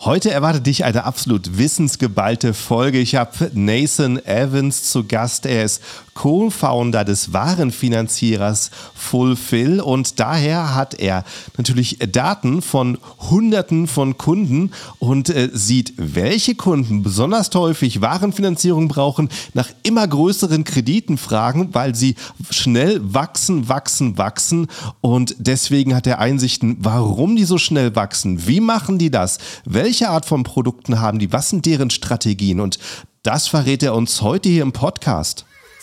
Heute erwartet dich eine absolut wissensgeballte Folge. Ich habe Nathan Evans zu Gast. Er ist Co-Founder des Warenfinanzierers Fulfill und daher hat er natürlich Daten von Hunderten von Kunden und sieht, welche Kunden besonders häufig Warenfinanzierung brauchen, nach immer größeren Krediten fragen, weil sie schnell wachsen und deswegen hat er Einsichten, warum die so schnell wachsen, wie machen die das, welche Art von Produkten haben die, was sind deren Strategien und das verrät er uns heute hier im Podcast.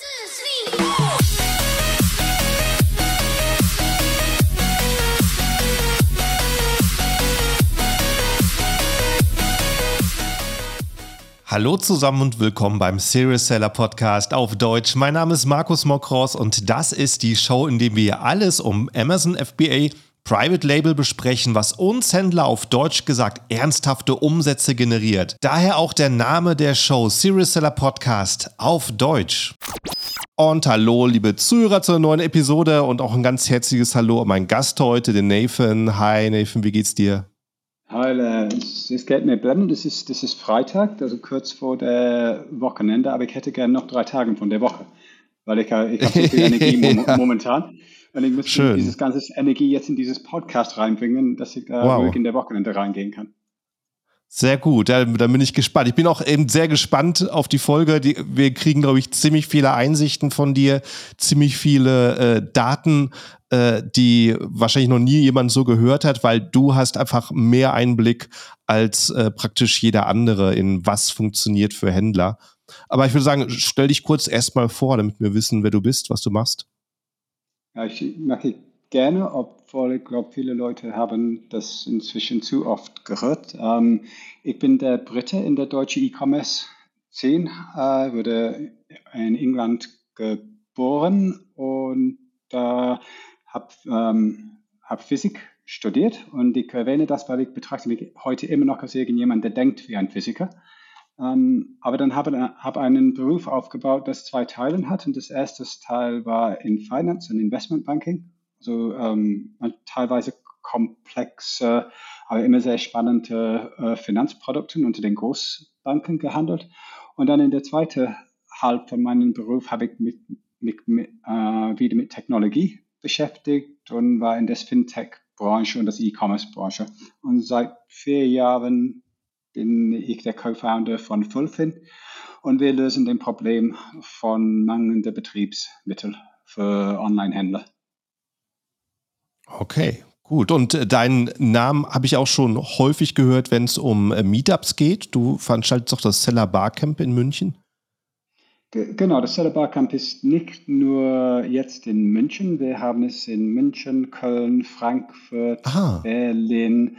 Hallo zusammen und willkommen beim Serious Seller Podcast auf Deutsch. Mein Name ist Markus Mokros und das ist die Show, in der wir alles um Amazon FBA Private Label besprechen, was uns Händler auf Deutsch gesagt ernsthafte Umsätze generiert. Daher auch der Name der Show, Serious Seller Podcast auf Deutsch. Und hallo, liebe Zuhörer zur neuen Episode und auch ein ganz herzliches Hallo an meinen Gast heute, den Nathan. Hi Nathan, wie geht's dir? Hi, es geht mir blendend. Das ist Freitag, also kurz vor der Wochenende, aber ich hätte gerne noch 3 Tage von der Woche, weil ich habe so viel Energie momentan. Und ich muss dieses ganze Energie jetzt in dieses Podcast reinbringen, dass ich da ruhig in der Wochenende reingehen kann. Sehr gut, da bin ich gespannt. Ich bin auch eben sehr gespannt auf die Folge. Wir kriegen, glaube ich, ziemlich viele Einsichten von dir, ziemlich viele Daten, die wahrscheinlich noch nie jemand so gehört hat, weil du hast einfach mehr Einblick als praktisch jeder andere in was funktioniert für Händler. Aber ich würde sagen, stell dich kurz erstmal vor, damit wir wissen, wer du bist, was du machst. Ja, ich mache gerne, obwohl ich glaube, viele Leute haben das inzwischen zu oft gehört. Ich bin der Brite in der deutschen E-Commerce-Szene, wurde in England geboren und habe Physik studiert. Und ich erwähne das, weil ich betrachte mich heute immer noch als irgendjemand, der denkt wie ein Physiker. Aber dann habe einen Beruf aufgebaut, das 2 Teile hat. Und das erste Teil war in Finance und Investment Banking. Also teilweise komplexe, aber immer sehr spannende Finanzprodukte unter den Großbanken gehandelt. Und dann in der zweiten Halb von meinem Beruf habe ich mich wieder mit Technologie beschäftigt und war in der Fintech-Branche und der E-Commerce-Branche. Und seit 4 Jahren bin ich der Co-Founder von Fulfill und wir lösen das Problem von mangelnder Betriebsmittel für Online-Händler. Okay, gut. Und deinen Namen habe ich auch schon häufig gehört, wenn es um Meetups geht. Du veranstaltest doch das Seller Barcamp in München. Genau, das Seller Barcamp ist nicht nur jetzt in München. Wir haben es in München, Köln, Frankfurt, Berlin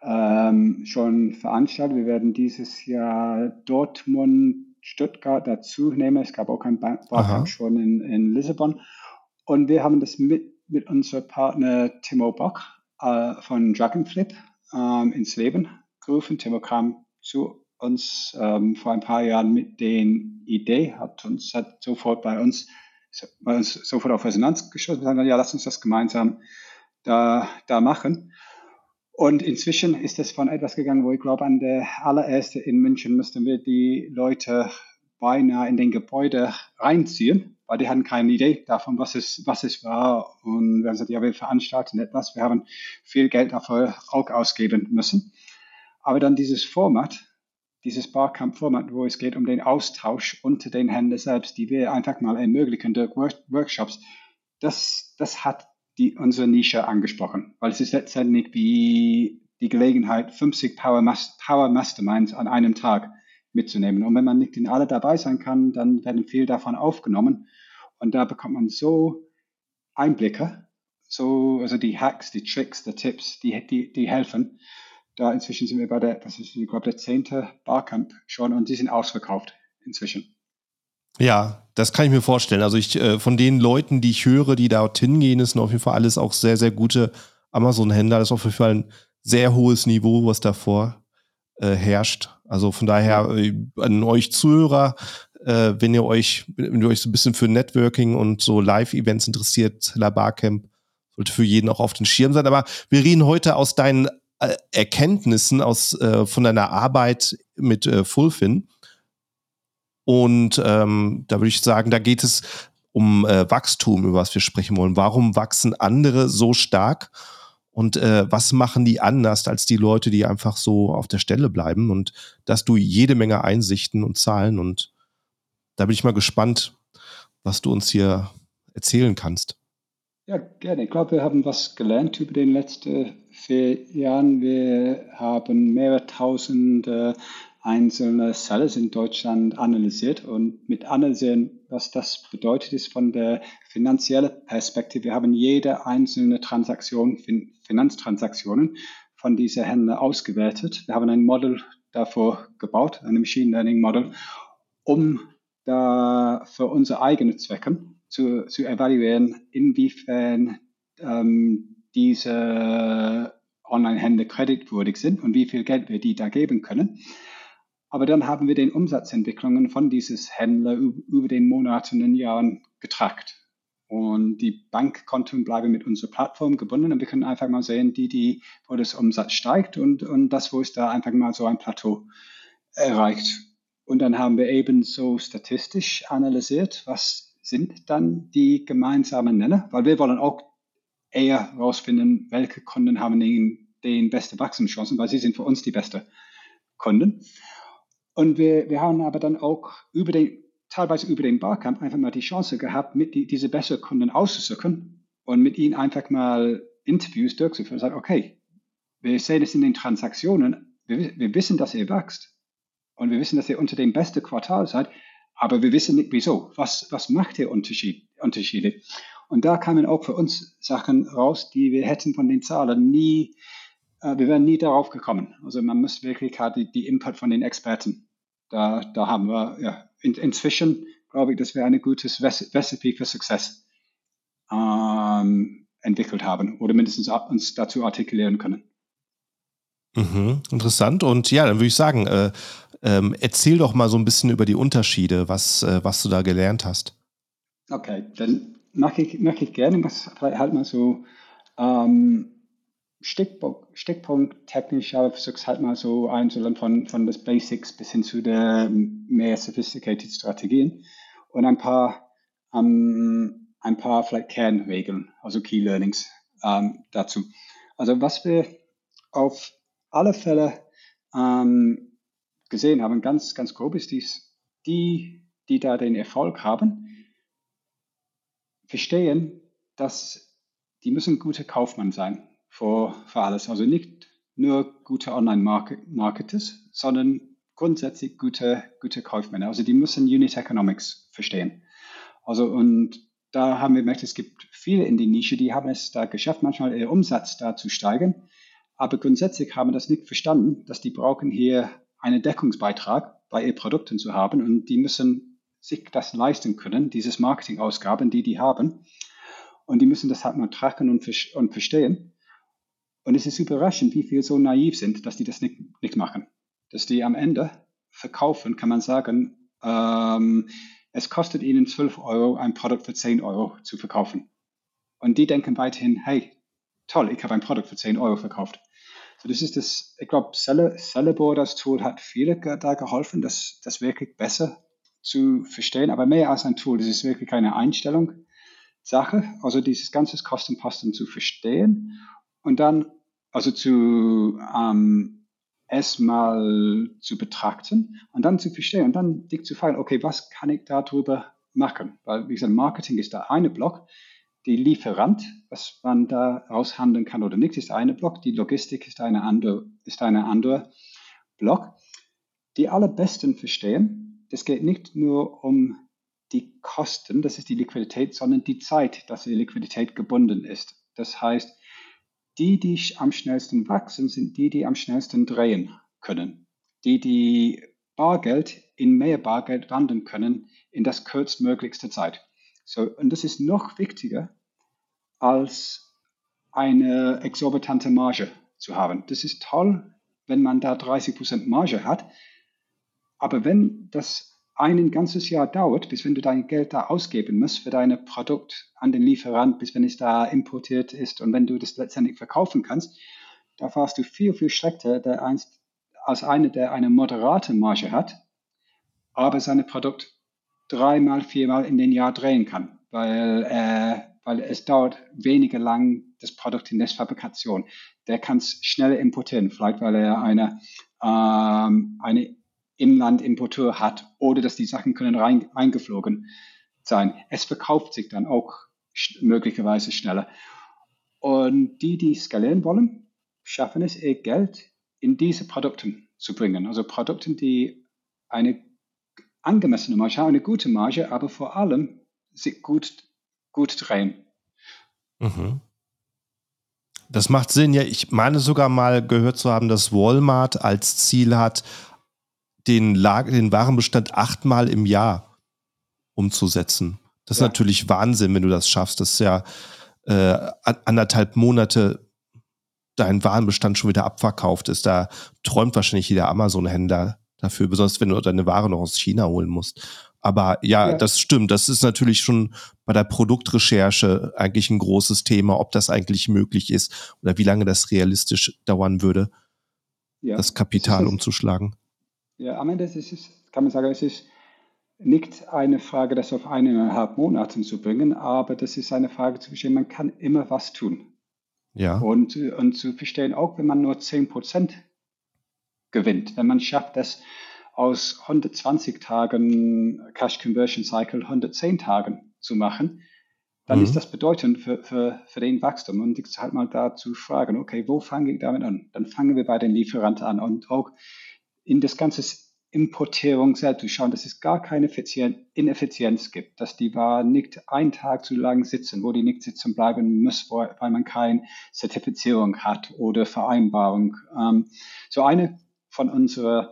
schon veranstaltet. Wir werden dieses Jahr Dortmund, Stuttgart dazu nehmen. Es gab auch ein Barcamp schon in Lissabon. Und wir haben das mit unserem Partner Timo Bock von Dragonflip ins Leben gerufen. Timo kam zu uns vor ein paar Jahren mit den Idee, hat sofort sofort auf Resonanz geschossen. Wir sagen, ja, lass uns das gemeinsam da machen. Und inzwischen ist es von etwas gegangen, wo ich glaube, an der allererste in München müssten wir die Leute beinahe in den Gebäude reinziehen, weil die hatten keine Idee davon, was es war. Und wir haben gesagt, ja, wir veranstalten etwas. Wir haben viel Geld dafür auch ausgeben müssen. Aber dann dieses Barcamp-Format, wo es geht um den Austausch unter den Händlern selbst, die wir einfach mal ermöglichen durch Workshops, das hat unsere Nische angesprochen, weil es ist letztendlich wie die Gelegenheit, 50 Power Masterminds an einem Tag mitzunehmen. Und wenn man nicht in alle dabei sein kann, dann werden viel davon aufgenommen. Und da bekommt man so Einblicke, also die Hacks, die Tricks, die Tipps, die helfen. Da inzwischen sind wir bei der 10. Barcamp schon und die sind ausverkauft inzwischen. Ja, das kann ich mir vorstellen. Also von den Leuten, die ich höre, die dorthin gehen, ist auf jeden Fall alles auch sehr, sehr gute Amazon-Händler. Das ist auf jeden Fall ein sehr hohes Niveau, was davor herrscht. Also von daher an euch Zuhörer, wenn ihr euch so ein bisschen für Networking und so Live-Events interessiert, Seller Barcamp sollte für jeden auch auf den Schirm sein. Aber wir reden heute aus deinen Erkenntnissen von deiner Arbeit mit Fulfin. Und da würde ich sagen, da geht es um Wachstum, über was wir sprechen wollen. Warum wachsen andere so stark? Und was machen die anders als die Leute, die einfach so auf der Stelle bleiben? Und dass du jede Menge Einsichten und Zahlen. Und da bin ich mal gespannt, was du uns hier erzählen kannst. Ja, gerne. Ich glaube, wir haben was gelernt über den letzten 4 Jahren. Wir haben mehrere tausend einzelne Sellers in Deutschland analysiert und mit analysieren, was das bedeutet, ist von der finanziellen Perspektive. Wir haben jede einzelne Transaktion, Finanztransaktionen von dieser Händler ausgewertet. Wir haben ein Model davor gebaut, ein Machine Learning Model, um da für unsere eigenen Zwecke zu evaluieren, inwiefern diese Online-Händler kreditwürdig sind und wie viel Geld wir die da geben können. Aber dann haben wir den Umsatzentwicklungen von dieses Händler über den Monaten und Jahren getrackt. Und die Bankkonten bleiben mit unserer Plattform gebunden und wir können einfach mal sehen, wo das Umsatz steigt und das, wo es da einfach mal so ein Plateau erreicht. Und dann haben wir ebenso statistisch analysiert, was sind dann die gemeinsamen Nenner, weil wir wollen auch eher herausfinden, welche Kunden haben den beste Wachstumschancen, weil sie sind für uns die besten Kunden. Und wir haben aber dann auch teilweise über den Barcamp einfach mal die Chance gehabt, mit diese besseren Kunden auszusuchen und mit ihnen einfach mal Interviews durchzuführen und sagen, okay, wir sehen es in den Transaktionen, wir wissen, dass ihr wächst. Und wir wissen, dass ihr unter dem besten Quartal seid, aber wir wissen nicht, wieso. Was macht ihr Unterschiede? Und da kamen auch für uns Sachen raus, die wir hätten von den Zahlen wir wären nie darauf gekommen. Also man muss wirklich halt die Input von den Experten. Da haben wir, inzwischen glaube ich, dass wir ein gutes Recipe für Success entwickelt haben oder mindestens uns dazu artikulieren können. Interessant. Und ja, dann würde ich sagen, erzähl doch mal so ein bisschen über die Unterschiede, was du da gelernt hast. Okay, dann mache ich gerne was halt mal so Stichpunkt technisch, aber versuche es halt mal so einzulernen von das Basics bis hin zu der mehr sophisticated Strategien und ein paar vielleicht Kernregeln, also Key Learnings dazu. Also was wir auf alle Fälle gesehen haben, ganz, ganz grob ist die da den Erfolg haben, verstehen, dass die müssen gute Kaufmann sein für alles. Also nicht nur gute Online-Marketers, sondern grundsätzlich gute Kaufmänner. Also die müssen Unit Economics verstehen. Also und da haben wir gemerkt, es gibt viele in die Nische, die haben es da geschafft, manchmal ihr Umsatz da zu steigern, aber grundsätzlich haben das nicht verstanden, dass die brauchen hier einen Deckungsbeitrag bei ihren Produkten zu haben und die müssen sich das leisten können, dieses Marketingausgaben, die haben. Und die müssen das halt mal tracken und verstehen. Und es ist überraschend, wie viele so naiv sind, dass die das nicht machen. Dass die am Ende verkaufen, kann man sagen, es kostet ihnen 12 Euro, ein Produkt für 10 Euro zu verkaufen. Und die denken weiterhin, hey, toll, ich habe ein Produkt für 10 Euro verkauft. So, das ist das, ich glaube, Sellable, das Tool, hat viele da geholfen, das wirklich besser zu verstehen. Aber mehr als ein Tool, das ist wirklich eine Einstellung. Sache, also dieses ganze Kostenposten zu verstehen und dann also erstmal zu betrachten und dann zu verstehen und dann dich zu fragen, okay, was kann ich darüber machen? Weil, wie gesagt, Marketing ist der eine Block, die Lieferant, was man da raushandeln kann oder nicht, ist der eine Block, die Logistik ist eine andere Block. Die allerbesten verstehen, es geht nicht nur um die Kosten, das ist die Liquidität, sondern die Zeit, dass die Liquidität gebunden ist. Das heißt, die am schnellsten wachsen, sind die am schnellsten drehen können. Die Bargeld in mehr Bargeld wandeln können in das kürztmöglichste Zeit. So, und das ist noch wichtiger, als eine exorbitante Marge zu haben. Das ist toll, wenn man da 30% Marge hat, aber wenn das ein ganzes Jahr dauert, bis wenn du dein Geld da ausgeben musst für dein Produkt an den Lieferant, bis wenn es da importiert ist und wenn du das letztendlich verkaufen kannst, da fährst du viel, viel schlechter als einer, der eine moderate Marge hat, aber seine Produkt 3-mal, 4-mal in den Jahr drehen kann, weil es dauert weniger lang, das Produkt in der Fabrikation. Der kann es schneller importieren, vielleicht weil er eine Inlandimporteur hat oder dass die Sachen können eingeflogen sein. Es verkauft sich dann auch möglicherweise schneller. Und die skalieren wollen, schaffen es, ihr Geld in diese Produkte zu bringen. Also Produkte, die eine angemessene Marge haben, eine gute Marge, aber vor allem sich gut drehen. Mhm. Das macht Sinn. Ja, ich meine sogar mal gehört zu haben, dass Walmart als Ziel hat, den Warenbestand 8-mal im Jahr umzusetzen. Das ist natürlich Wahnsinn, wenn du das schaffst. Das ist ja 1,5 Monate dein Warenbestand schon wieder abverkauft ist. Da träumt wahrscheinlich jeder Amazon-Händler dafür, besonders wenn du deine Ware noch aus China holen musst. Aber ja, das stimmt. Das ist natürlich schon bei der Produktrecherche eigentlich ein großes Thema, ob das eigentlich möglich ist oder wie lange das realistisch dauern würde, das Kapital umzuschlagen. Ja, am Ende kann man sagen, es ist nicht eine Frage, das auf 1,5 Monaten zu bringen, aber das ist eine Frage zu verstehen, man kann immer was tun. Ja. Und zu verstehen, auch wenn man nur 10% gewinnt, wenn man schafft, das aus 120 Tagen Cash Conversion Cycle 110 Tagen zu machen, dann ist das bedeutend für den Wachstum. Und ich halt mal da zu fragen, okay, wo fange ich damit an? Dann fangen wir bei den Lieferanten an und auch in das ganze Importierung selbst zu schauen, dass es gar keine Ineffizienz gibt, dass die Ware nicht einen Tag zu lang sitzen, wo die nicht sitzen bleiben muss, weil man keine Zertifizierung hat oder Vereinbarung. So eine von unseren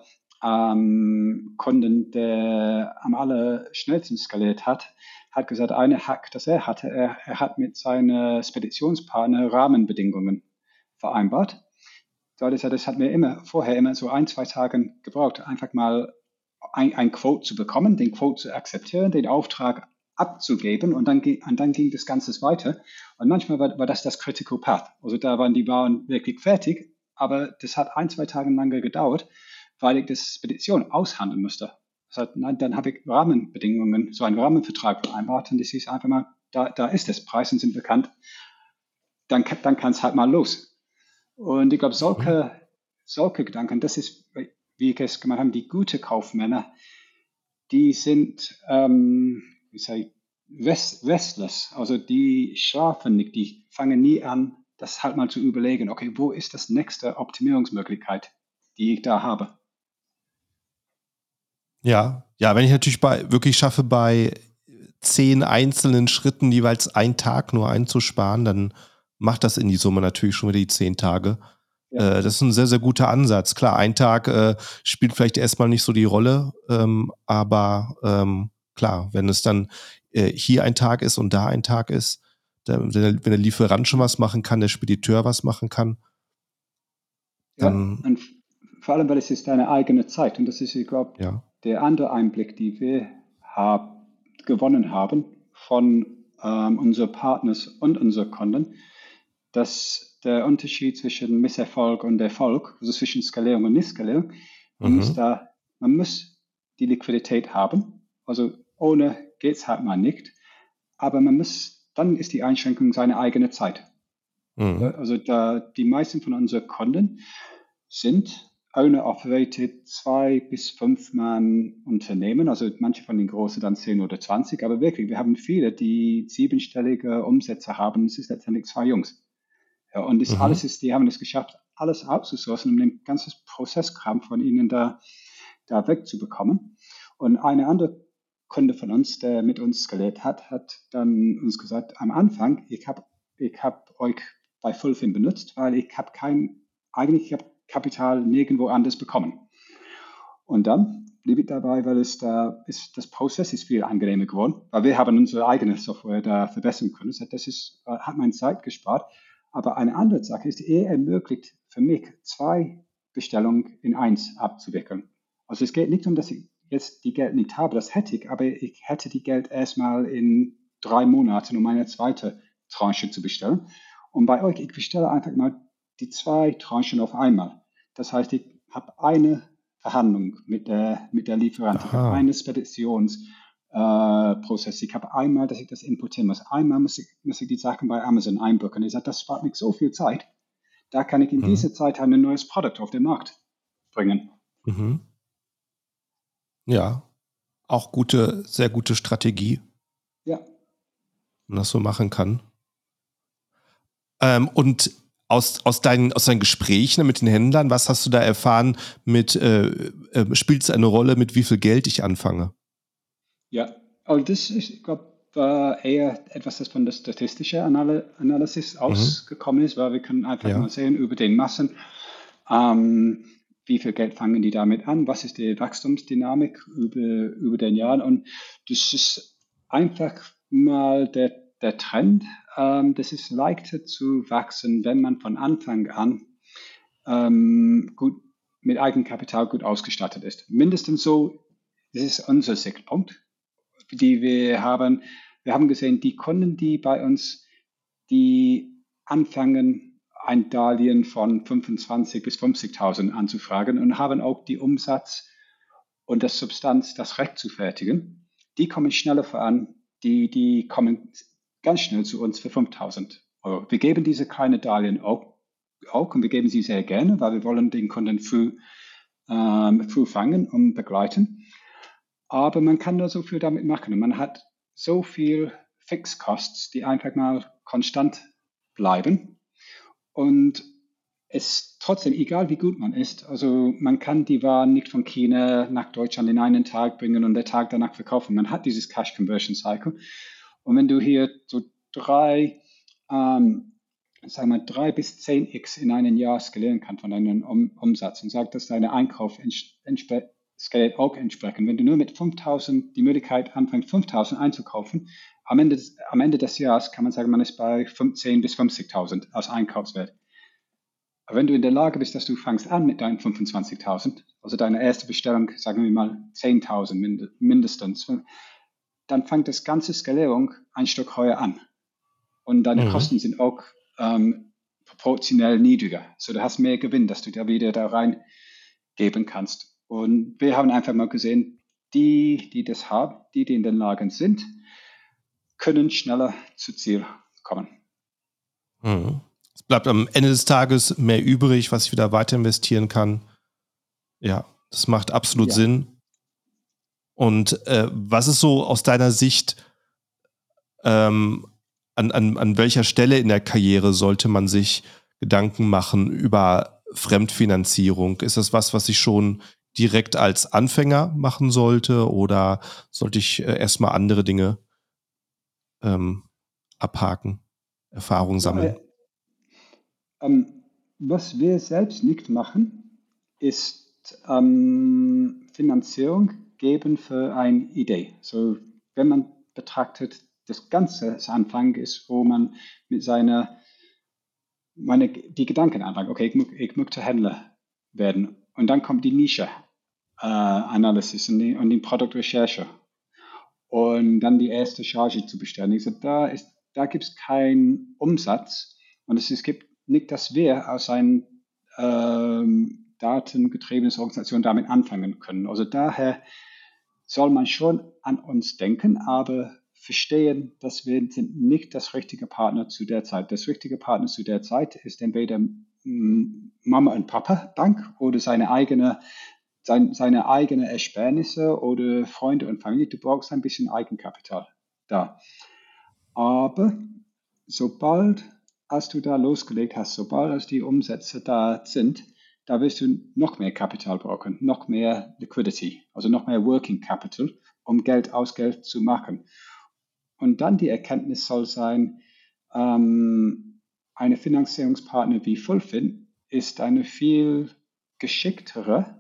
Kunden, der am allerschnellsten skaliert hat gesagt, eine Hack, das er hatte, er hat mit seinen Speditionspartner Rahmenbedingungen vereinbart. Das hat mir vorher immer so 1-2 Tage gebraucht, einfach mal ein Quote zu bekommen, den Quote zu akzeptieren, den Auftrag abzugeben und dann ging das Ganze weiter. Und manchmal war das Critical Path. Also da waren die Waren wirklich fertig, aber das hat 1-2 Tage lang gedauert, weil ich das Spedition aushandeln musste. Das heißt, dann habe ich Rahmenbedingungen, so einen Rahmenvertrag vereinbart und das ist einfach mal, da ist es, Preise sind bekannt, dann kann es halt mal los. Und ich glaube, solche Gedanken, das ist, wie ich es gemacht habe, die gute Kaufmänner, die sind, restless, also die schlafen nicht, die fangen nie an, das halt mal zu überlegen, okay, wo ist das nächste Optimierungsmöglichkeit, die ich da habe? Ja, wenn ich natürlich wirklich schaffe, bei 10 einzelnen Schritten jeweils einen Tag nur einzusparen, dann macht das in die Summe natürlich schon wieder die 10 Tage. Ja. Das ist ein sehr, sehr guter Ansatz. Klar, ein Tag spielt vielleicht erstmal nicht so die Rolle, aber klar, wenn es dann hier ein Tag ist und da ein Tag ist, wenn der Lieferant schon was machen kann, der Spediteur was machen kann, dann... Ja, und vor allem, weil es ist deine eigene Zeit und das ist, ich glaube, der andere Einblick, die wir gewonnen haben von unseren Partners und unseren Kunden, dass der Unterschied zwischen Misserfolg und Erfolg, also zwischen Skalierung und Nicht-Skalierung, man muss die Liquidität haben, also ohne geht es halt mal nicht, aber dann ist die Einschränkung seine eigene Zeit. Also die meisten von unseren Kunden sind Owner-Operated 2 bis 5 Mann Unternehmen, also manche von den großen dann 10 oder 20, aber wirklich, wir haben viele, die 7-stellige Umsätze haben, es ist letztendlich 2 Jungs. Ja, und die haben es geschafft, alles outzusourcen, um den ganzen Prozesskram von ihnen da wegzubekommen. Und eine andere Kunde von uns, der mit uns skaliert hat dann uns gesagt, am Anfang, ich hab euch bei Fulfin benutzt, weil ich habe Kapital nirgendwo anders bekommen. Und dann blieb ich dabei, weil das Prozess ist viel angenehmer geworden, weil wir haben unsere eigene Software da verbessern können. Das hat meine Zeit gespart. Aber eine andere Sache ist, er ermöglicht für mich 2 Bestellungen in 1 abzuwickeln. Also es geht nicht um, dass ich jetzt die Geld nicht habe, das hätte ich, aber ich hätte die Geld erstmal in 3 Monaten, um eine zweite Tranche zu bestellen. Und bei euch, ich bestelle einfach mal die 2 Tranchen auf einmal. Das heißt, ich habe eine Verhandlung mit der Lieferant, ich habe eine Speditionsprozess, ich habe einmal, dass ich das importieren muss. Einmal muss ich die Sachen bei Amazon einbuchen. Ich sage, das spart mich so viel Zeit. Da kann ich in dieser Zeit ein neues Produkt auf den Markt bringen. Mhm. Ja, auch sehr gute Strategie, Ja. wenn man das so machen kann. Und aus deinen Gesprächen mit den Händlern, was hast du da erfahren spielt es eine Rolle, mit wie viel Geld ich anfange? Ja, also das ist, ich glaube, eher etwas, das von der statistischen Analysis ausgekommen ist, weil wir können einfach mal sehen über den Massen, wie viel Geld fangen die damit an, was ist die Wachstumsdynamik über den Jahren, und das ist einfach mal der Trend. Das ist leichter zu wachsen, wenn man von Anfang an gut mit Eigenkapital gut ausgestattet ist. Mindestens so, das ist unser Sichtpunkt, die wir haben. Wir haben gesehen, die Kunden, die bei uns, die anfangen, ein Darlehen von 25.000 bis 50.000 anzufragen und haben auch die Umsatz und das Substanz, das Recht zu fertigen, die kommen schneller voran, die kommen ganz schnell zu uns für 5.000 Euro. Wir geben diese kleine Darlehen auch und wir geben sie sehr gerne, weil wir wollen den Kunden früh fangen und begleiten. Aber man kann da so viel damit machen. Und man hat so viel Fixkosten, die einfach mal konstant bleiben. Und es trotzdem, egal wie gut man ist, also man kann die Waren nicht von China nach Deutschland in einen Tag bringen und der Tag danach verkaufen. Man hat dieses Cash Conversion Cycle. Und wenn du hier so 3 bis 10x in einem Jahr skalieren kannst von deinem Umsatz und sagt, dass deine Einkauf skaliert auch entsprechend. Wenn du nur mit 5.000 die Möglichkeit anfängst, 5.000 einzukaufen, am Ende des Jahres kann man sagen, man ist bei 15.000 bis 50.000 als Einkaufswert. Aber wenn du in der Lage bist, dass du fängst an mit deinen 25.000, also deine erste Bestellung, sagen wir mal 10.000 mindestens, dann fängt das ganze Skalierung ein Stück höher an. Und deine Kosten sind auch proportionell niedriger. So, du hast mehr Gewinn, dass du da wieder da reingeben kannst. Und wir haben einfach mal gesehen, die das haben, die in den Lagen sind, können schneller zu Ziel kommen. Es bleibt am Ende des Tages mehr übrig, was ich wieder weiter investieren kann. Ja, das macht absolut Sinn. Und was ist so aus deiner Sicht, an welcher Stelle in der Karriere sollte man sich Gedanken machen über Fremdfinanzierung? Ist das was ich schon direkt als Anfänger machen sollte, oder sollte ich erstmal andere Dinge abhaken, Erfahrung sammeln? Was wir selbst nicht machen, ist Finanzierung geben für eine Idee. So, wenn man betrachtet, das ganze Anfang ist, wo man mit die Gedanken anfängt. Okay, ich möchte Händler werden. Und dann kommt die Nische-Analysis und die Produktrecherche. Und dann die erste Charge zu bestellen. Ich sage, da gibt es keinen Umsatz. Und es gibt nicht, dass wir aus einer datengetriebenen Organisation damit anfangen können. Also daher soll man schon an uns denken, aber verstehen, dass wir sind nicht das richtige Partner zu der Zeit. Das richtige Partner zu der Zeit ist entweder Mama und Papa Bank oder seine eigene Ersparnisse oder Freunde und Familie. Du brauchst ein bisschen Eigenkapital da. Aber sobald, als du da losgelegt hast, sobald als die Umsätze da sind, da wirst du noch mehr Kapital brauchen, noch mehr Liquidity, also noch mehr Working Capital, um Geld aus Geld zu machen. Und dann die Erkenntnis soll sein, eine Finanzierungspartner wie Fulfin ist eine viel geschicktere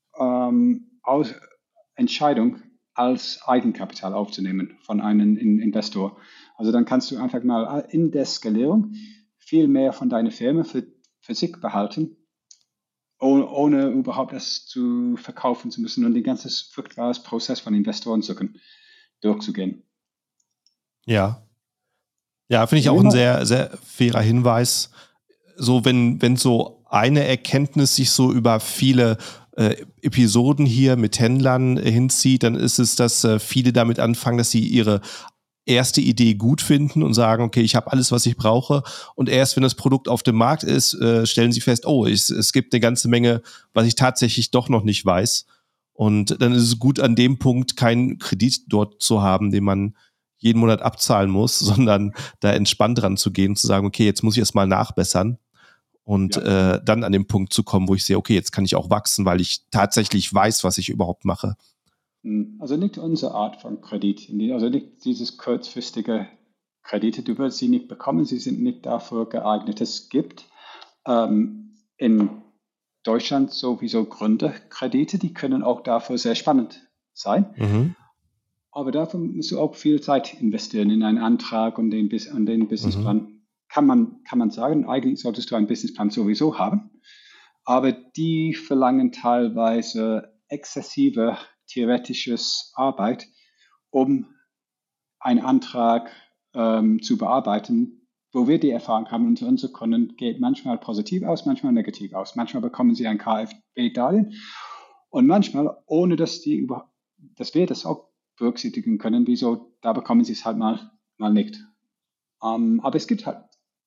Entscheidung, als Eigenkapital aufzunehmen von einem Investor. Also dann kannst du einfach mal in der Skalierung viel mehr von deiner Firma für sich behalten, ohne überhaupt das zu verkaufen zu müssen und den ganzen furchtbares Prozess von Investoren durchzugehen. Ja. Ja, finde ich auch ein sehr, sehr fairer Hinweis. so, wenn so eine Erkenntnis sich so über viele Episoden hier mit Händlern hinzieht, dann ist es, dass viele damit anfangen, dass sie ihre erste Idee gut finden und sagen, okay, ich habe alles, was ich brauche. Und erst wenn das Produkt auf dem Markt ist, stellen sie fest, oh, es gibt eine ganze Menge, was ich tatsächlich doch noch nicht weiß. Und dann ist es gut, an dem Punkt keinen Kredit dort zu haben, den man jeden Monat abzahlen muss, sondern da entspannt dran zu gehen und zu sagen, okay, jetzt muss ich erst mal nachbessern und dann an den Punkt zu kommen, wo ich sehe, okay, jetzt kann ich auch wachsen, weil ich tatsächlich weiß, was ich überhaupt mache. Also nicht unsere Art von Kredit, also nicht dieses kurzfristige Kredite, du wirst sie nicht bekommen, sie sind nicht dafür geeignet. Es gibt in Deutschland sowieso Gründerkredite, die können auch dafür sehr spannend sein. Mhm. Aber dafür musst du auch viel Zeit investieren in einen Antrag und den Businessplan. Kann man sagen, eigentlich solltest du einen Businessplan sowieso haben, aber die verlangen teilweise exzessive theoretisches Arbeit, um einen Antrag zu bearbeiten, wo wir die Erfahrung haben, unsere Kunden geht manchmal positiv aus, manchmal negativ aus. Manchmal bekommen sie ein KfW-Darlehen und manchmal, ohne dass wir das auch berücksichtigen können, wieso, da bekommen sie es halt mal nicht. Aber es gibt halt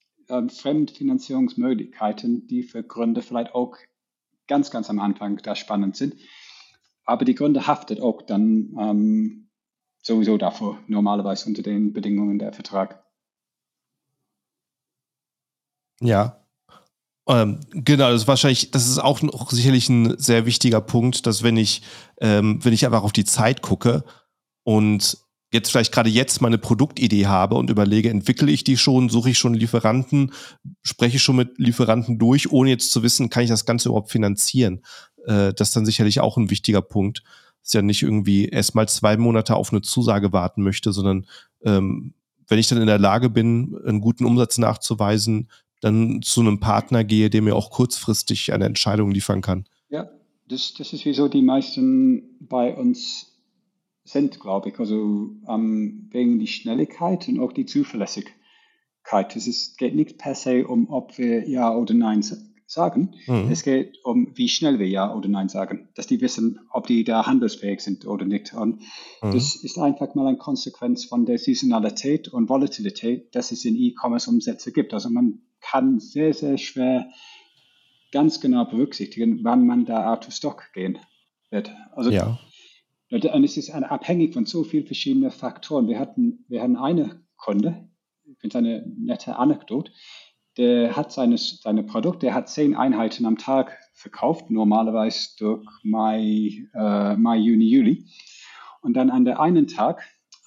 Fremdfinanzierungsmöglichkeiten, die für Gründer vielleicht auch ganz, ganz am Anfang da spannend sind. Aber die Gründer haftet auch dann sowieso davor, normalerweise unter den Bedingungen der Vertrag. Ja. Genau, das ist auch sicherlich ein sehr wichtiger Punkt, dass wenn ich einfach auf die Zeit gucke und jetzt vielleicht gerade jetzt meine Produktidee habe und überlege, entwickle ich die schon, suche ich schon Lieferanten, spreche ich schon mit Lieferanten durch, ohne jetzt zu wissen, kann ich das Ganze überhaupt finanzieren? Das ist dann sicherlich auch ein wichtiger Punkt. Ist ja nicht irgendwie erst mal 2 Monate auf eine Zusage warten möchte, sondern wenn ich dann in der Lage bin, einen guten Umsatz nachzuweisen, dann zu einem Partner gehe, der mir auch kurzfristig eine Entscheidung liefern kann. Ja, das ist wieso die meisten bei uns sind, glaube ich. Also wegen die Schnelligkeit und auch die Zuverlässigkeit. Es geht nicht per se um, ob wir Ja oder Nein sagen. Mhm. Es geht um, wie schnell wir Ja oder Nein sagen. Dass die wissen, ob die da handelsfähig sind oder nicht. Und das ist einfach mal eine Konsequenz von der Saisonalität und Volatilität, dass es in E-Commerce-Umsätze gibt. Also man kann sehr, sehr schwer ganz genau berücksichtigen, wann man da out of stock gehen wird. Also Ja. und es ist abhängig von so vielen verschiedenen Faktoren. Wir hatten eine Kunde, ich finde es eine nette Anekdote, der hat seine Produkte, der hat 10 Einheiten am Tag verkauft, normalerweise durch Mai, Juni, Juli. Und dann an der einen Tag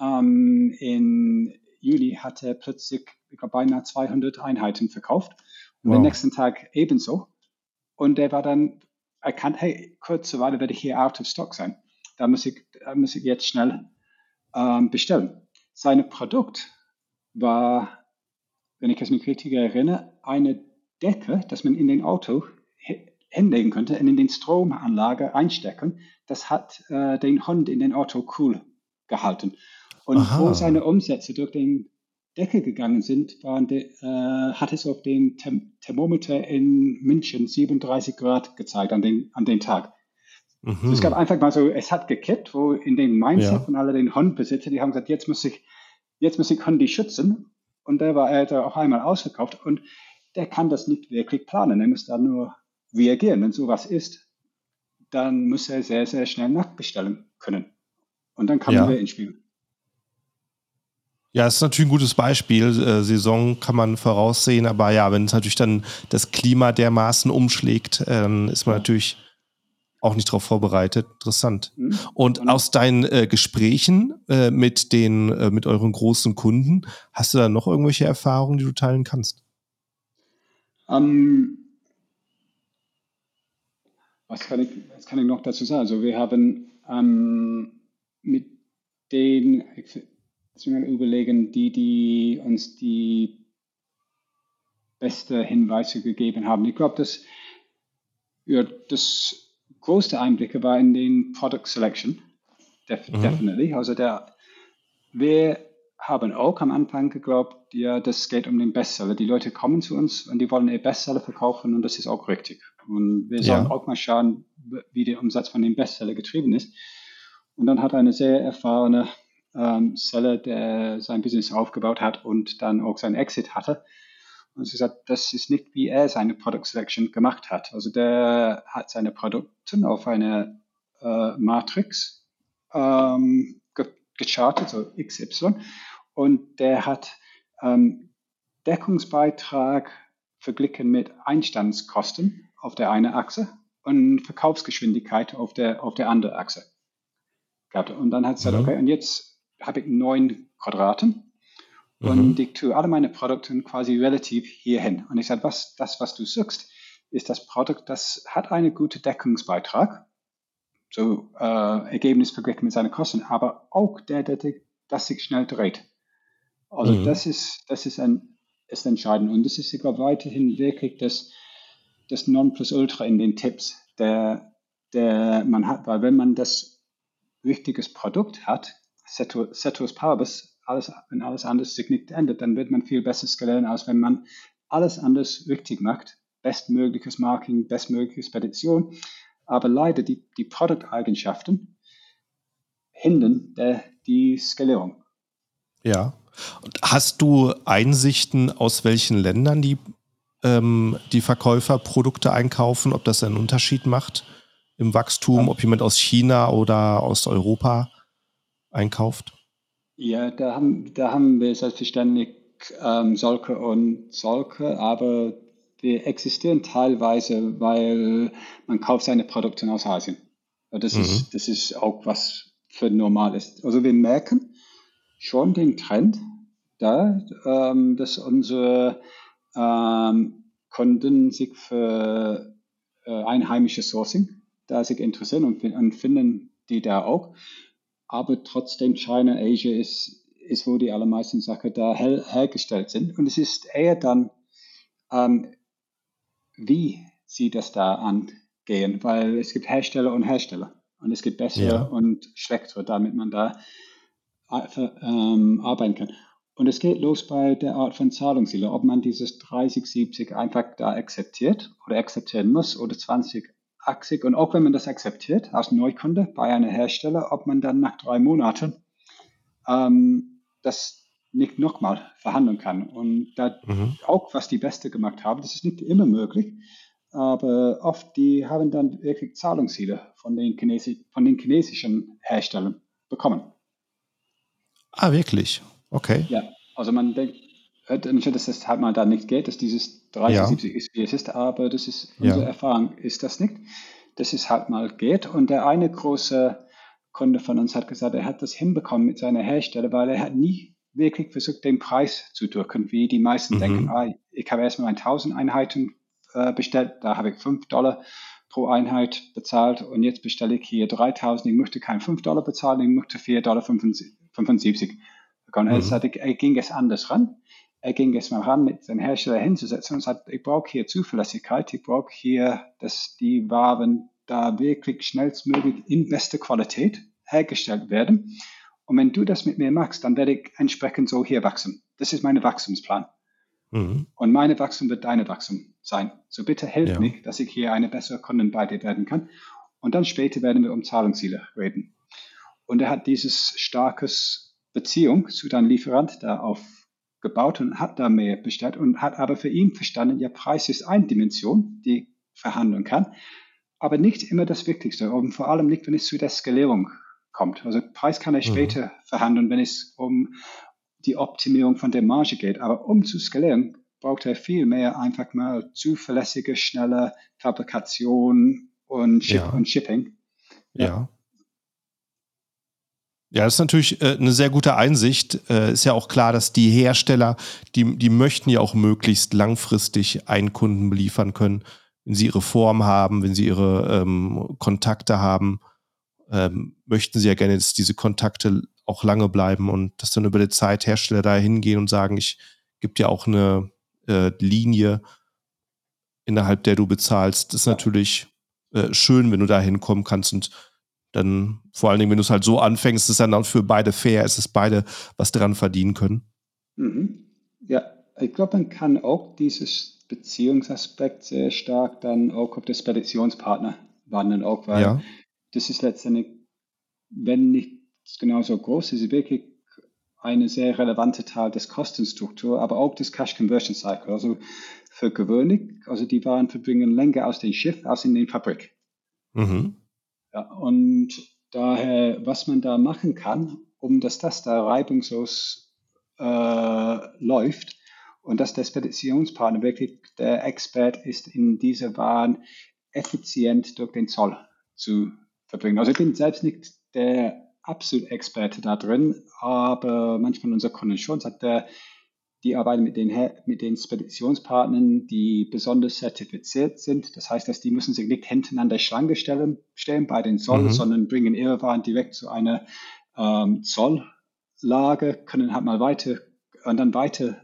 in Juli hat er plötzlich, ich glaube, beinahe 200 Einheiten verkauft. Und den nächsten Tag ebenso. Und der war dann erkannt, hey, kurze Weile werde ich hier out of stock sein. Da muss ich jetzt schnell bestellen. Sein Produkt war, wenn ich es mich richtig erinnere, eine Decke, das man in den Auto hinlegen könnte und in den Stromanlage einstecken. Das hat den Hund in den Auto cool gehalten. Und wo seine Umsätze durch den Decke gegangen sind, hat es auf dem Thermometer in München 37 Grad gezeigt an den Tag. Also es gab einfach mal so, es hat gekippt, wo in dem Mindset von alle den Hundbesitzer, die haben gesagt, jetzt muss ich Hundi schützen. Und er hat auch einmal ausverkauft und der kann das nicht wirklich planen. Er muss da nur reagieren. Wenn sowas ist, dann muss er sehr, sehr schnell nachbestellen können. Und dann kommen wir ins Spiel. Ja, ist natürlich ein gutes Beispiel. Saison kann man voraussehen, aber ja, wenn es natürlich dann das Klima dermaßen umschlägt, dann ist man natürlich auch nicht darauf vorbereitet. Interessant. Und aus deinen Gesprächen mit euren großen Kunden, hast du da noch irgendwelche Erfahrungen, die du teilen kannst? Was kann ich noch dazu sagen? Also wir haben mit den, jetzt mal überlegen, die uns die beste Hinweise gegeben haben. Ich glaube, das größte Einblicke war in den Product Selection. Definitely. Also wir haben auch am Anfang geglaubt, ja, das geht um den Bestseller. Die Leute kommen zu uns und die wollen ihr Bestseller verkaufen und das ist auch richtig. Und wir sollen Ja. auch mal schauen, wie der Umsatz von dem Bestseller getrieben ist. Und dann hat eine sehr erfahrene Seller, der sein Business aufgebaut hat und dann auch seinen Exit hatte. Und sie sagt, das ist nicht, wie er seine Product Selection gemacht hat. Also der hat seine Produkte auf eine Matrix gechartet, so XY, und der hat Deckungsbeitrag verglichen mit Einstandskosten auf der einen Achse und Verkaufsgeschwindigkeit auf der anderen Achse gehabt. Und dann hat es gesagt, Mhm. okay, und jetzt habe ich 9 Quadraten Mhm. und ich tue alle meine Produkte quasi relativ hierhin. Und ich sage, was du suchst, ist das Produkt, das hat einen guten Deckungsbeitrag, so Ergebnis verglichen mit seinen Kosten, aber auch das sich schnell dreht. Also Mhm. ist entscheidend. Und das ist sogar weiterhin wirklich das Nonplusultra in den Tipps, der man hat, weil wenn man das richtiges Produkt hat, Ceteris Paribus, wenn alles anders sich nicht ändert, dann wird man viel besser skalieren, als wenn man alles anders richtig macht. Bestmögliches Marketing, bestmögliche Spedition. Aber leider die Produkteigenschaften hindern die Skalierung. Ja. Und hast du Einsichten, aus welchen Ländern die Verkäufer Produkte einkaufen, ob das einen Unterschied macht im Wachstum, ob jemand aus China oder aus Europa einkauft? Ja, da haben wir selbstverständlich solche und solche, aber die existieren teilweise, weil man kauft seine Produkte aus Asien. Mhm. Das ist auch was für normal ist. Also wir merken schon den Trend da, dass unsere Kunden sich für einheimisches Sourcing da sich interessieren und finden die da auch. Aber trotzdem China, Asia ist wo die allermeisten Sachen da hergestellt sind. Und es ist eher dann, ähm, wie sie das da angehen, weil es gibt Hersteller und Hersteller. Und es gibt bessere Ja. und schlechtere, damit man da arbeiten kann. Und es geht los bei der Art von Zahlungsziele, ob man dieses 30-70 einfach da akzeptiert oder akzeptieren muss oder 20-80. Und auch wenn man das akzeptiert als Neukunde bei einem Hersteller, ob man dann nach 3 Monaten das nicht nochmal verhandeln kann. Und da Mhm. auch, was die Beste gemacht haben, das ist nicht immer möglich, aber oft, die haben dann wirklich Zahlungsziele von den chinesischen Herstellern bekommen. Ah, wirklich? Okay. Ja, also man denkt, nicht, dass das halt mal da nicht geht, dass dieses 30, Ja. 70 ist, wie es ist, aber das ist unsere Ja. Erfahrung, ist das nicht, dass es halt mal geht. Und der eine große Kunde von uns hat gesagt, er hat das hinbekommen mit seiner Hersteller, weil er hat nie wirklich versucht, den Preis zu drücken, wie die meisten denken. Mhm. Ah, ich habe erstmal 1000 Einheiten bestellt, da habe ich $5 pro Einheit bezahlt und jetzt bestelle ich hier 3000, ich möchte kein $5 bezahlen, ich möchte $4,75. Und Mhm. er ging es anders ran. Er ging es mal ran, mit dem Hersteller hinzusetzen und sagt, ich brauche hier Zuverlässigkeit, ich brauche hier, dass die Waren da wirklich schnellstmöglich in bester Qualität hergestellt werden. Und wenn du das mit mir machst, dann werde ich entsprechend so hier wachsen. Das ist mein Wachstumsplan. Mhm. Und meine Wachstum wird deine Wachstum sein. So bitte hilf Ja. mir, dass ich hier eine bessere Kundin bei dir werden kann. Und dann später werden wir um Zahlungsziele reden. Und er hat dieses starkes Beziehung zu deinem Lieferant da aufgebaut und hat da mehr bestellt und hat aber für ihn verstanden, ja, Preis ist eine Dimension, die ich verhandeln kann, aber nicht immer das Wichtigste und vor allem nicht, wenn es zu der Skalierung kommt. Also Preis kann er Mhm. später verhandeln, wenn es um die Optimierung von der Marge geht. Aber um zu skalieren, braucht er viel mehr einfach mal zuverlässige, schnelle Fabrikation und Ja. Shipping. Ja, Ja. Ja, das ist natürlich eine sehr gute Einsicht. Ist ja auch klar, dass die Hersteller, die möchten ja auch möglichst langfristig einen Kunden beliefern können, wenn sie ihre Form haben, wenn sie ihre Kontakte haben, möchten sie ja gerne, dass diese Kontakte auch lange bleiben und dass dann über die Zeit Hersteller da hingehen und sagen, ich gebe dir auch eine Linie, innerhalb der du bezahlst. Das ist ja. natürlich schön, wenn du da hinkommen kannst und Dann vor allen Dingen, wenn du es halt so anfängst, ist es dann für beide fair, ist es beide was daran verdienen können. Mhm. Ja, ich glaube, man kann auch dieses Beziehungsaspekt sehr stark dann auch auf den Speditionspartner wandern, auch weil Ja. das ist letztendlich, wenn nicht genauso groß, ist es wirklich eine sehr relevante Teil des Kostenstruktur, aber auch des Cash Conversion Cycle. Also für gewöhnlich, also die Waren verbringen länger aus dem Schiff als in der Fabrik. Mhm. Ja, und daher, was man da machen kann, um dass das da reibungslos läuft und dass der Speditionspartner wirklich der Expert ist, in diese Waren effizient durch den Zoll zu verbringen. Also ich bin selbst nicht der absolute Experte da drin, aber manchmal unser Kunden schon sagt, die arbeiten mit den Speditionspartnern, die besonders zertifiziert sind. Das heißt, dass die müssen sich nicht hinten an der Schlange stellen bei den Zoll, Mhm. sondern bringen ihre Waren direkt zu einer Zolllage, können halt mal weiter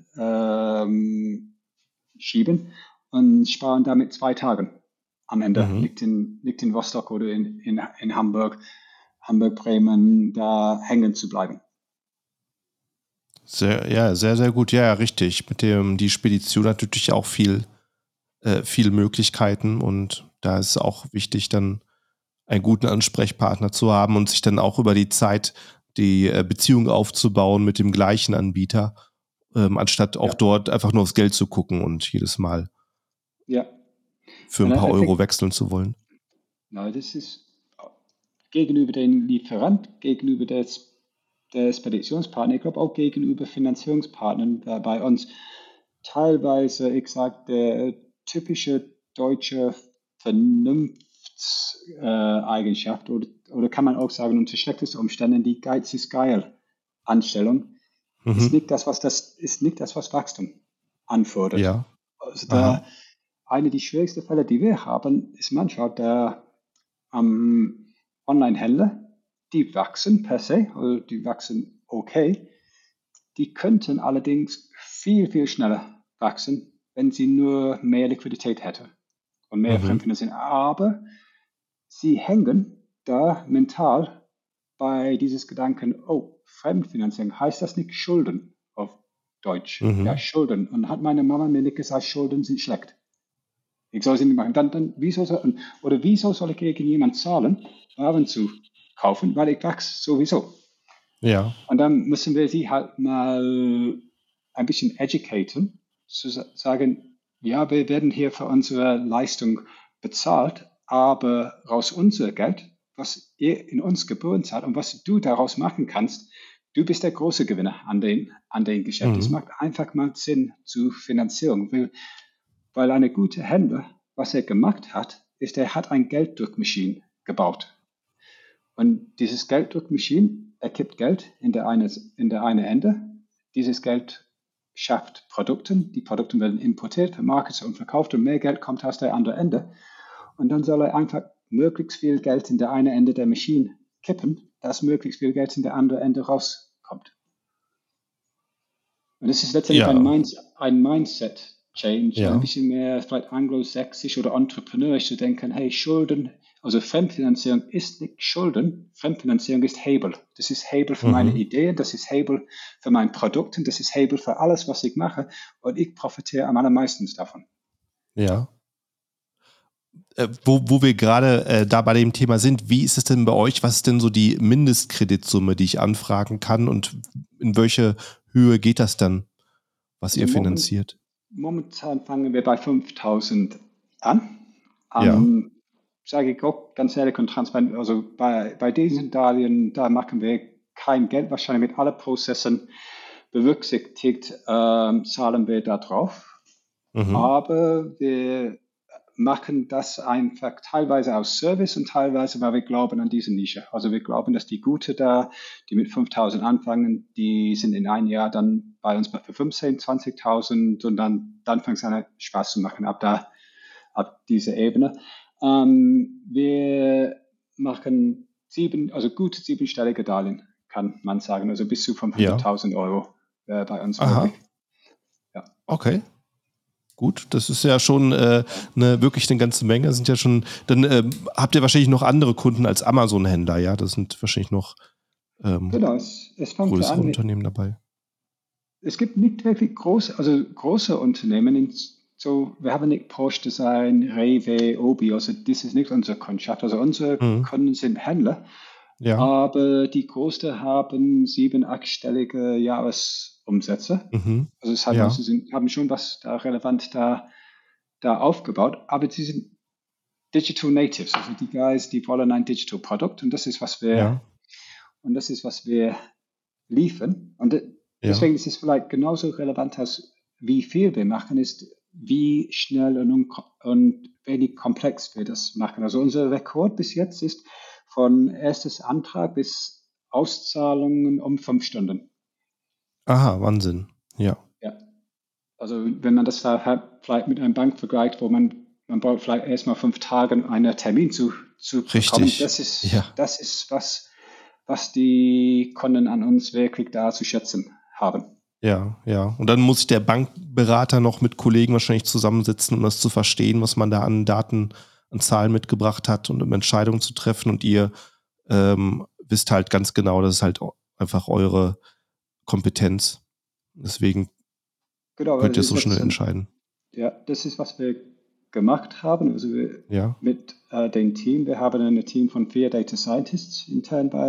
schieben und sparen damit 2 Tage am Ende. Mhm. Nicht in Rostock oder in Hamburg, Bremen, da hängen zu bleiben. Sehr, sehr gut. Ja, richtig. Die Spedition hat natürlich auch viele Möglichkeiten und da ist es auch wichtig, dann einen guten Ansprechpartner zu haben und sich dann auch über die Zeit die Beziehung aufzubauen mit dem gleichen Anbieter, anstatt auch Ja, dort einfach nur aufs Geld zu gucken und jedes Mal ja. für ein Und paar I Euro think, wechseln zu wollen. no, das ist gegenüber dem Lieferant, gegenüber der Speditionspartner, ich glaube auch gegenüber Finanzierungspartnern bei uns. Teilweise, ich sage, der typische deutsche Vernunftseigenschaft oder kann man auch sagen, unter schlechtesten Umständen die Geiz ist geil Anstellung ist Mhm. nicht ist nicht das, was Wachstum anfordert. Ja. Also Aha. eine der schwierigsten Fälle, die wir haben, ist manchmal der Online-Händler, die wachsen per se, also die wachsen okay, die könnten allerdings viel, viel schneller wachsen, wenn sie nur mehr Liquidität hätten und mehr Mhm. Fremdfinanzierung. Aber sie hängen da mental bei dieses Gedanken, oh, Fremdfinanzierung, heißt das nicht Schulden auf Deutsch? Ja, Mhm. Schulden. Und hat meine Mama mir nicht gesagt, Schulden sind schlecht. Ich soll sie nicht machen. Wieso soll ich gegen jemanden zahlen, Waren zu kaufen, weil ich wachse sowieso. Ja. Und dann müssen wir sie halt mal ein bisschen educaten, zu sagen, ja, wir werden hier für unsere Leistung bezahlt, aber raus unser Geld, was ihr in uns geboren habt und was du daraus machen kannst, du bist der große Gewinner an den Geschäft. Es Mhm. macht einfach mal Sinn zu Finanzierung, weil eine gute Händler, was er gemacht hat, ist, er hat ein Gelddruckmaschine gebaut. Und dieses Gelddruckmaschine, er kippt Geld in der eine Ende. Dieses Geld schafft Produkte. Die Produkte werden importiert, vermarktet und verkauft und mehr Geld kommt aus der anderen Ende. Und dann soll er einfach möglichst viel Geld in der eine Ende der Maschine kippen, dass möglichst viel Geld in der anderen Ende rauskommt. Und das ist letztendlich Ja. ein Mindset-Change, ein Ja. bisschen mehr vielleicht anglosächsisch oder entrepreneurisch zu denken, hey, Schulden, also Fremdfinanzierung ist nicht Schulden, Fremdfinanzierung ist Hebel. Das ist Hebel für meine Mhm. Ideen, das ist Hebel für mein Produkt und das ist Hebel für alles, was ich mache und ich profitiere am allermeisten davon. Ja. Wo wir gerade da bei dem Thema sind, wie ist es denn bei euch? Was ist denn so die Mindestkreditsumme, die ich anfragen kann und in welche Höhe geht das dann, was Also ihr finanziert? momentan fangen wir bei 5.000 an. Ja. Sage ich auch ganz ehrlich und transparent, also bei diesen Darlehen, da machen wir kein Geld, wahrscheinlich mit allen Prozessen berücksichtigt, zahlen wir da drauf. Mhm. Aber wir machen das einfach teilweise aus Service und teilweise, weil wir glauben an diese Nische. Also wir glauben, dass die Gute da, die mit 5.000 anfangen, die sind in einem Jahr dann bei uns für 15.000, 20.000 und dann fängt es an Spaß zu machen ab dieser Ebene. Wir machen also gute siebenstellige Darlehen, kann man sagen, also bis zu Ja. 500.000 Euro bei uns Aha. möglich. Ja. Okay. Gut, das ist ja schon wirklich eine ganze Menge. Das sind ja schon, dann habt ihr wahrscheinlich noch andere Kunden als Amazon-Händler, ja? Das sind wahrscheinlich noch Genau, es fängt größere an. Unternehmen dabei. Es gibt nicht wirklich große Unternehmen. Wir haben nicht Porsche Design, Rewe, Obi, also das ist nicht unser Kundschaft. Also unsere Kunden sind Händler, Ja. aber die größten haben 7-, 8-stellige Jahresumsätze. Also das heißt, sie haben schon was da relevant da aufgebaut, aber sie sind Digital Natives, also die Guys, die wollen ein Digital Produkt und das ist, was wir liefern. Und deswegen ist es vielleicht genauso relevant, als wie viel wir machen, ist, wie schnell und wenig komplex wir das machen. Also unser Rekord bis jetzt ist von erstes Antrag bis Auszahlungen um 5 Stunden. Aha, Wahnsinn. Ja. Ja. Also wenn man das da vielleicht mit einer Bank vergleicht, wo man braucht vielleicht erstmal 5 Tage einen Termin zu bekommen. Das ist was die Kunden an uns wirklich da zu schätzen haben. Ja, ja. Und dann muss sich der Bankberater noch mit Kollegen wahrscheinlich zusammensitzen, um das zu verstehen, was man da an Daten, an Zahlen mitgebracht hat und um Entscheidungen zu treffen. Und ihr wisst halt ganz genau, das ist halt einfach eure Kompetenz. Deswegen könnt ihr so schnell entscheiden. Ja, das ist, was wir gemacht haben. Also mit dem Team. Wir haben ein Team von 4 Data Scientists intern bei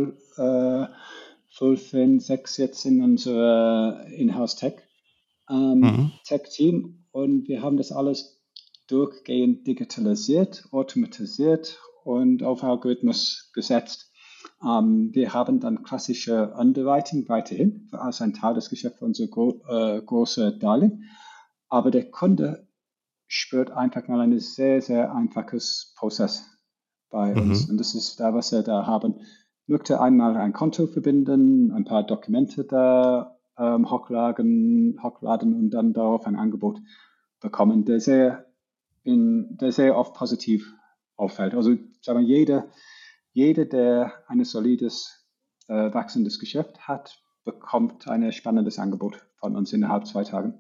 Fulfin, 6 jetzt in unserer Inhouse Tech-Team. Und wir haben das alles durchgehend digitalisiert, automatisiert und auf Algorithmus gesetzt. Wir haben dann klassische Underwriting weiterhin als ein Teil des Geschäfts für unsere große Darlehen. Aber der Kunde spürt einfach mal ein sehr, sehr einfaches Prozess bei uns. Und das ist da, was wir da haben. Möchte einmal ein Konto verbinden, ein paar Dokumente da hochladen und dann darauf ein Angebot bekommen, der sehr oft positiv auffällt. Also sagen wir, jeder, der ein solides, wachsendes Geschäft hat, bekommt ein spannendes Angebot von uns innerhalb 2 Tagen.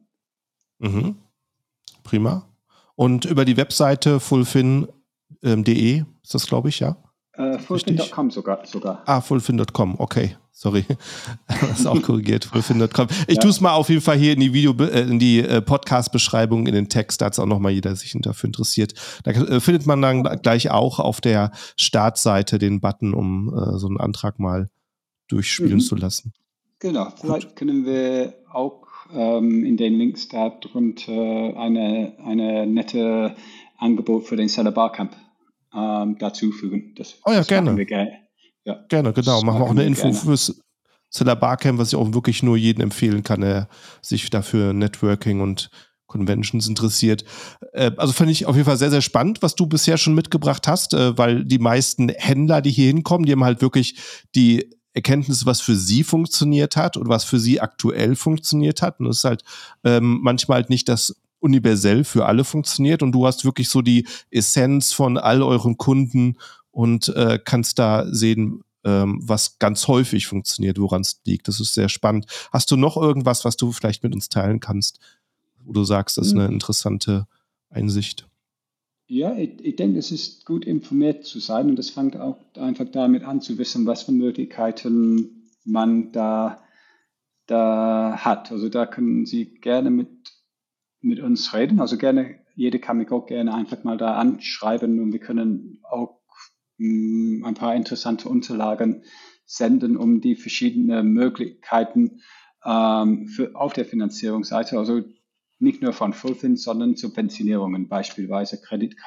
Prima. Und über die Webseite fulfin.de ist das, glaube ich, ja? Fulfin.com sogar. Fulfin.com, okay. Sorry. Das ist auch korrigiert. Fulfin.com. Ich tue es mal auf jeden Fall hier in die Podcast-Beschreibung, in den Text, da hat es auch nochmal jeder, der sich dafür interessiert. Da findet man dann gleich auch auf der Startseite den Button, um so einen Antrag mal durchspielen zu lassen. Genau, vielleicht können wir auch in den Links da drunter eine nette Angebot für den Seller Barcamp dazu fügen. Das gerne. Machen wir gerne. Ja, gerne, genau. Machen wir auch eine Info fürs Seller Barcamp, was ich auch wirklich nur jedem empfehlen kann, der sich dafür Networking und Conventions interessiert. Also fand ich auf jeden Fall sehr, sehr spannend, was du bisher schon mitgebracht hast, weil die meisten Händler, die hier hinkommen, die haben halt wirklich die Erkenntnis, was für sie funktioniert hat und was für sie aktuell funktioniert hat. Und das ist halt manchmal halt nicht das universell für alle funktioniert. Und du hast wirklich so die Essenz von all euren Kunden und kannst da sehen, was ganz häufig funktioniert, woran es liegt. Das ist sehr spannend. Hast du noch irgendwas, was du vielleicht mit uns teilen kannst, wo du sagst, das ist eine interessante Einsicht? Ja, ich denke, es ist gut informiert zu sein und es fängt auch einfach damit an zu wissen, was für Möglichkeiten man da hat. Also da können Sie gerne mit uns reden. Also jeder kann mich auch gerne einfach mal da anschreiben und wir können auch ein paar interessante Unterlagen senden, um die verschiedenen Möglichkeiten auf der Finanzierungsseite, also nicht nur von Fulfin, sondern Subventionierungen, beispielsweise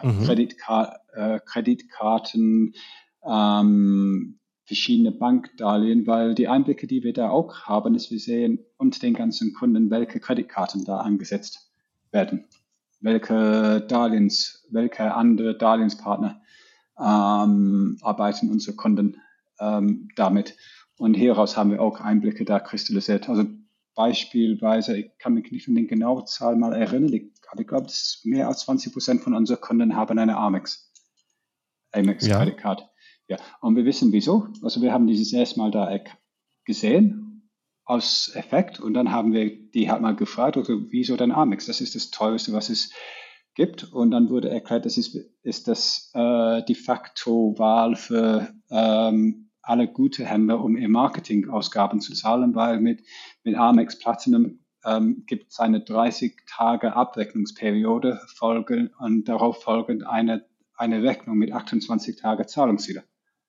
Kreditkarten, verschiedene Bankdarlehen, weil die Einblicke, die wir da auch haben, ist, wir sehen unter den ganzen Kunden, welche Kreditkarten da angesetzt werden, welche andere Darlehenspartner arbeiten unsere Kunden damit. Und hieraus haben wir auch Einblicke da kristallisiert. Also beispielsweise, ich kann mich nicht an die genaue Zahl mal erinnern, aber ich glaube, mehr als 20% von unseren Kunden haben eine Amex Credit Card. Ja, und wir wissen wieso. Also wir haben dieses erstmal da gesehen als Effekt. Und dann haben wir die halt mal gefragt, okay, wieso denn Amex? Das ist das teuerste, was es gibt. Und dann wurde erklärt, das ist das de facto Wahl für alle gute Händler, um ihr Marketingausgaben zu zahlen, weil mit Amex Platinum gibt es eine 30 Tage Abrechnungsperiode und darauf folgend eine Rechnung mit 28 Tage Zahlungsziele.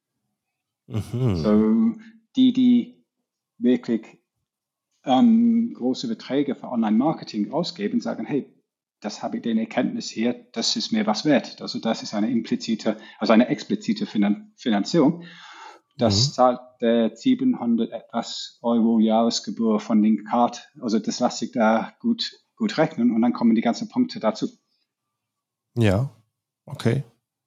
So die wirklich große Beträge für Online-Marketing ausgeben, sagen, hey, das habe ich den Erkenntnis hier, das ist mir was wert. Also das ist eine explizite Finanzierung. Das zahlt der 700 etwas Euro Jahresgebühr von den Card. Also das lässt sich da gut rechnen und dann kommen die ganzen Punkte dazu. Ja, okay.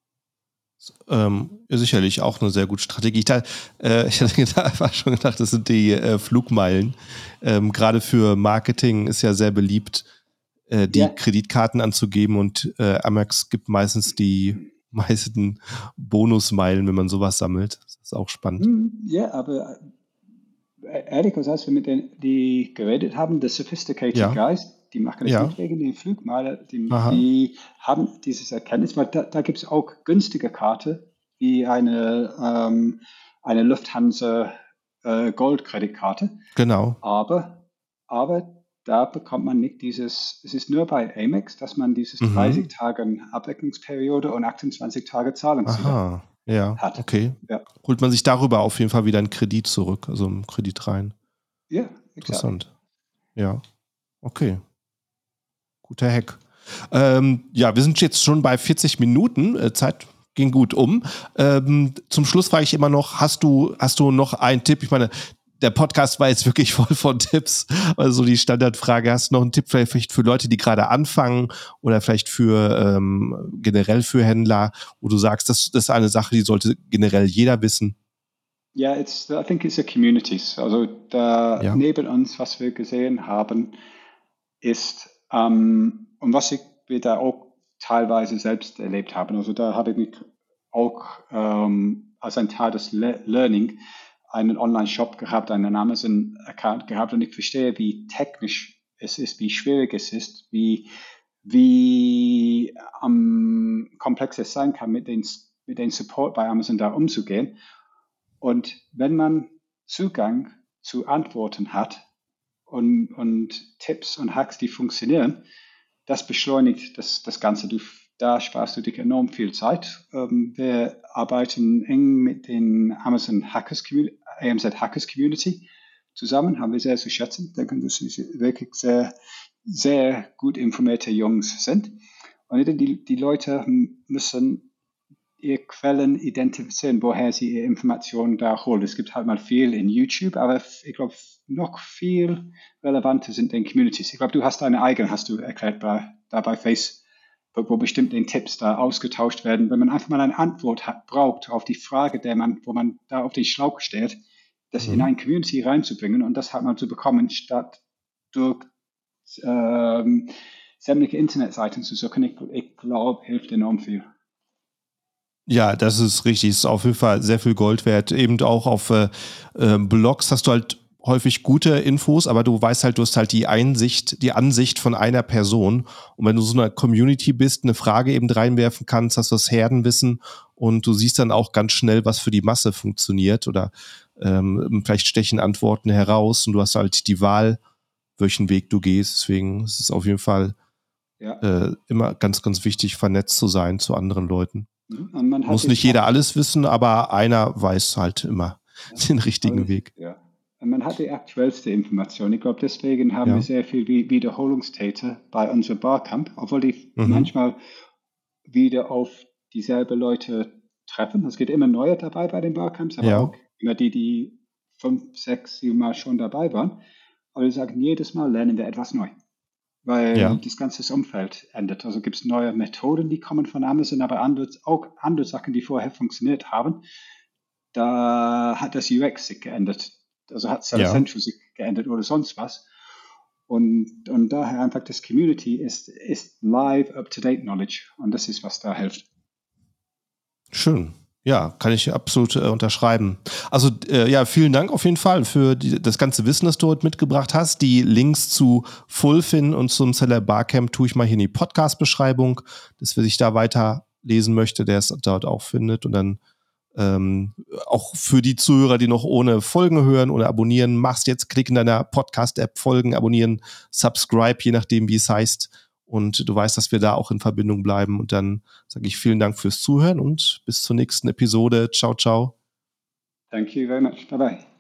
Sicherlich auch eine sehr gute Strategie. Ich hatte einfach schon gedacht, das sind die Flugmeilen. Gerade für Marketing ist ja sehr beliebt, die Kreditkarten anzugeben und Amex gibt meistens die meisten Bonusmeilen, wenn man sowas sammelt. Das ist auch spannend. Ja, aber ehrlich gesagt, als wir mit denen, die geredet haben, the sophisticated guys, die machen es nicht wegen den Flugmeilen, die haben dieses Erkenntnis, weil da gibt es auch günstige Karten, wie eine Lufthansa Gold-Kreditkarte. Genau. Aber da bekommt man nicht es ist nur bei Amex, dass man dieses 30 Tage Abrechnungsperiode und 28 Tage Zahlungsziele hat. Okay. Ja. Holt man sich darüber auf jeden Fall wieder einen Kredit zurück, also einen Kredit rein. Ja, interessant. Ja, okay. Guter Hack. Wir sind jetzt schon bei 40 Minuten. Zeit ging gut um. Zum Schluss frage ich immer noch, hast du noch einen Tipp? Ich meine, der Podcast war jetzt wirklich voll von Tipps. Also die Standardfrage, hast du noch einen Tipp vielleicht für Leute, die gerade anfangen oder vielleicht für generell für Händler, wo du sagst, das ist eine Sache, die sollte generell jeder wissen? Ja, I think it's a communities. Also neben uns, was wir gesehen haben, ist, und was wir da auch teilweise selbst erlebt haben. Also da habe ich mich auch als ein Teil des Learning einen Online-Shop gehabt, einen Amazon-Account gehabt und ich verstehe, wie technisch es ist, wie schwierig es ist, wie komplex es sein kann, mit den Support bei Amazon da umzugehen. Und wenn man Zugang zu Antworten hat und Tipps und Hacks, die funktionieren, das beschleunigt das Ganze. Da sparst du dich enorm viel Zeit. Wir arbeiten eng mit den AMZ Hackers Community zusammen, haben wir sehr zu schätzen. Ich denke, dass sie wirklich sehr, sehr gut informierte Jungs sind. Und die Leute müssen ihre Quellen identifizieren, woher sie ihre Informationen da holen. Es gibt halt mal viel in YouTube, aber ich glaube, noch viel relevanter sind den Communities. Ich glaube, du hast deine eigene, hast du erklärt, bei Facebook, wo bestimmt den Tipps da ausgetauscht werden. Wenn man einfach mal eine Antwort braucht auf die Frage, wo man da auf den Schlauch steht, das in eine Community reinzubringen und das halt mal zu bekommen, statt durch sämtliche Internetseiten zu suchen, ich glaube, hilft enorm viel. Ja, das ist richtig. Es ist auf jeden Fall sehr viel Gold wert. Eben auch auf Blogs hast du halt häufig gute Infos, aber du weißt halt, du hast halt die Ansicht von einer Person. Und wenn du so eine Community bist, eine Frage eben reinwerfen kannst, hast du das Herdenwissen und du siehst dann auch ganz schnell, was für die Masse funktioniert oder vielleicht stechen Antworten heraus und du hast halt die Wahl, welchen Weg du gehst. Deswegen ist es auf jeden Fall immer ganz, ganz wichtig, vernetzt zu sein zu anderen Leuten. Muss nicht jeder alles wissen, aber einer weiß halt immer den richtigen Weg. Ja. Und man hat die aktuellste Information. Ich glaube, deswegen haben wir sehr viel Wiederholungstäter bei unserem Barcamp, obwohl die manchmal wieder auf dieselben Leute treffen. Es geht immer neue dabei bei den Barcamps, aber auch immer die 5, 6, 7 Mal schon dabei waren. Aber wir sagen, jedes Mal lernen wir etwas neu. Weil das ganze Umfeld ändert. Also gibt es neue Methoden, die kommen von Amazon, aber auch andere Sachen, die vorher funktioniert haben. Da hat das UX sich geändert. Also hat Seller Central sich geändert oder sonst was. Und daher einfach das Community ist live, up-to-date Knowledge. Und das ist, was da hilft. Schön. Ja, kann ich absolut unterschreiben. Also vielen Dank auf jeden Fall für das ganze Wissen, das du heute mitgebracht hast. Die Links zu Fulfin und zum Seller Barcamp tue ich mal hier in die Podcast-Beschreibung, dass wer sich da weiter lesen möchte, der es dort auch findet. Und dann auch für die Zuhörer, die noch ohne Folgen hören oder abonnieren, machst jetzt, klick in deiner Podcast-App, Folgen, abonnieren, subscribe, je nachdem, wie es heißt. Und du weißt, dass wir da auch in Verbindung bleiben. Und dann sage ich vielen Dank fürs Zuhören und bis zur nächsten Episode. Ciao, ciao. Thank you very much. Bye-bye.